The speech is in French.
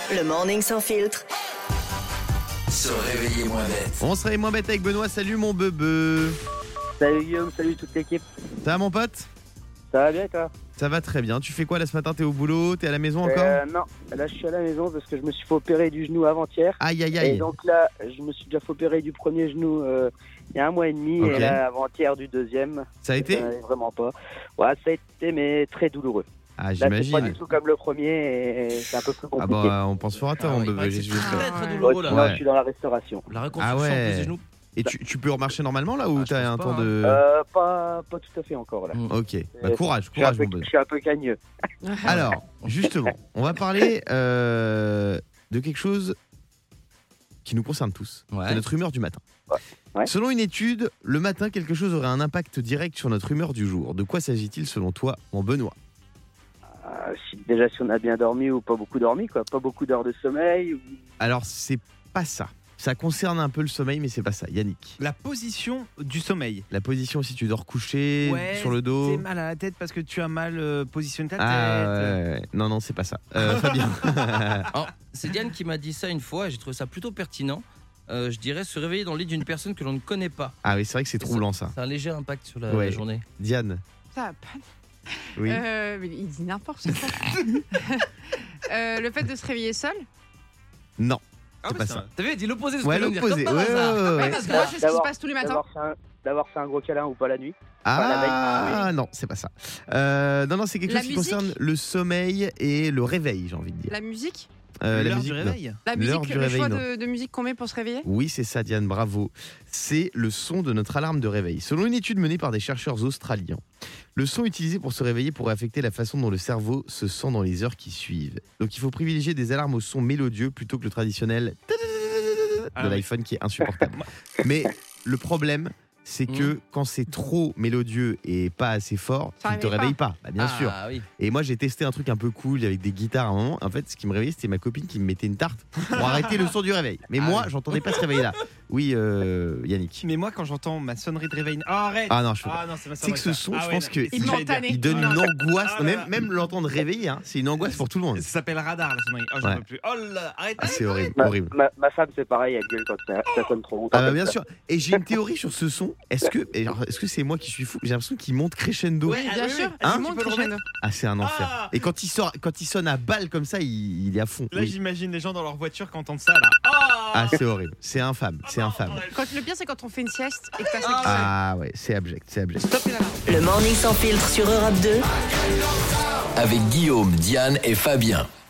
Le morning sans filtre. Se réveiller moins bête. On se réveille moins bête avec Benoît. Salut mon bebe. Salut Guillaume, salut toute l'équipe. Ça va mon pote? Ça va bien toi? Ça va très bien. Tu fais quoi là ce matin? T'es au boulot? T'es à la maison encore? Non, là je suis à la maison parce que je me suis fait opérer du genou avant-hier. Aïe aïe Et aïe. donc là, je me suis déjà fait opérer du premier genou il y a 1 mois et demi. Ok. Et là, avant-hier du deuxième. Ça a été? Vraiment pas. Ouais, ça a été, mais très douloureux. Ah Là, c'est pas j'imagine. du tout comme le premier et c'est un peu plus Ah compliqué. bah on pense fort à toi mon il bebe. paraît que Qu'est-ce c'est que je vais faire? très Ouais, douloureux là. sinon, Ouais. je suis dans la restauration. La reconstruction Ah ouais. des genoux. Et tu peux remarcher normalement là ou Ah, je t'as pense un pas, temps hein. de... Pas tout à fait encore là. Ok. Bah courage, Je suis un courage peu- mon bebe. je suis un peu cagneux. Alors, justement, on va parler de quelque chose qui nous concerne tous. Ouais. C'est notre humeur du matin. Ouais. Selon une étude, le matin, quelque chose aurait un impact direct sur notre humeur du jour. De quoi s'agit-il selon toi, mon Benoît? Déjà si on a bien dormi ou pas beaucoup dormi, quoi. Pas beaucoup d'heures de sommeil. Alors, c'est pas ça. Ça concerne un peu le sommeil, mais c'est pas ça. Yannick. La position du sommeil. La position, si tu dors couché, sur le dos. T'es mal à la tête parce que tu as mal positionné ta Ah, tête. ouais. Non, c'est pas ça. Fabien. Alors, c'est Diane qui m'a dit ça une fois et j'ai trouvé ça plutôt pertinent. Je dirais se réveiller dans le lit d'une personne que l'on ne connaît pas. Ah oui, c'est vrai que c'est troublant ça. Ça a un léger impact sur la Ouais. journée. Diane. Ça va pas. Oui. Mais il dit n'importe quoi. Le fait de se réveiller seul. Non. Ah, c'est mais pas c'est ça. vrai. T'as vu, elle dit l'opposé de ce Ouais, que je viens de dire, l'opposé. comme par Ouais, hasard. ouais, ouais. Ouais, parce que moi, c'est ce qui se D'avoir- passe tous les matins. D'avoir fait un gros câlin ou pas la nuit. Ah non, c'est pas ça. Non, c'est quelque La chose qui musique concerne le sommeil et le réveil, j'ai envie de dire. La musique. La L'heure musique, du non. réveil. La L'heure musique, du le réveil, choix non. de musique qu'on met pour se réveiller. Oui, c'est ça, Diane, bravo. C'est le son de notre alarme de réveil. Selon une étude menée par des chercheurs australiens, le son utilisé pour se réveiller pourrait affecter la façon dont le cerveau se sent dans les heures qui suivent. Donc il faut privilégier des alarmes au son mélodieux plutôt que le traditionnel de Ah oui. l'iPhone qui est insupportable. Mais le problème, c'est que quand c'est trop mélodieux et pas assez fort, Ça tu ne te réveille réveilles pas. Bah, bien sûr. Ah oui. Et moi, j'ai testé un truc un peu cool avec des guitares à un moment. En fait, ce qui me réveillait, c'était ma copine qui me mettait une tarte pour arrêter le son du réveil. Mais moi, j'entendais pas ce réveil-là. Oui, Yannick. Mais moi, quand j'entends ma sonnerie de réveil. Oh, arrête. Ah non, je peux pas. Ah non, c'est ma C'est que ce son, je pense que Il m'entanait. il donne une angoisse. Ah là là. Même l'entendre réveiller, hein, c'est une angoisse pour tout le monde. Ça s'appelle radar la sonnerie. Oh, j'en Ouais. peux plus. Oh là, arrête. Ah, c'est horrible, Ma, horrible. ma femme c'est pareil, elle gueule quand ça sonne trop longtemps. Ah bah, comme bien ça. sûr. Et j'ai une théorie sur ce son. Est-ce que c'est moi qui suis fou? J'ai l'impression qu'il monte crescendo. Ouais. Bien oui, sûr. Hein Tout le monde Tu peux le crescendo. Ah, c'est un enfer. Ah. Et quand il sonne à balle comme ça, il est à fond. Là, Oui. j'imagine les gens dans leur voiture qui entendent ça là. Ah, c'est horrible. C'est infâme. C'est infâme. Le pire, c'est quand on fait une sieste et que t'as ça qui sonne. Ah ouais, c'est abject. C'est abject. Stoppez l'alarme. Le morning sans filtre sur Europe 2. Avec Guillaume, Diane et Fabien.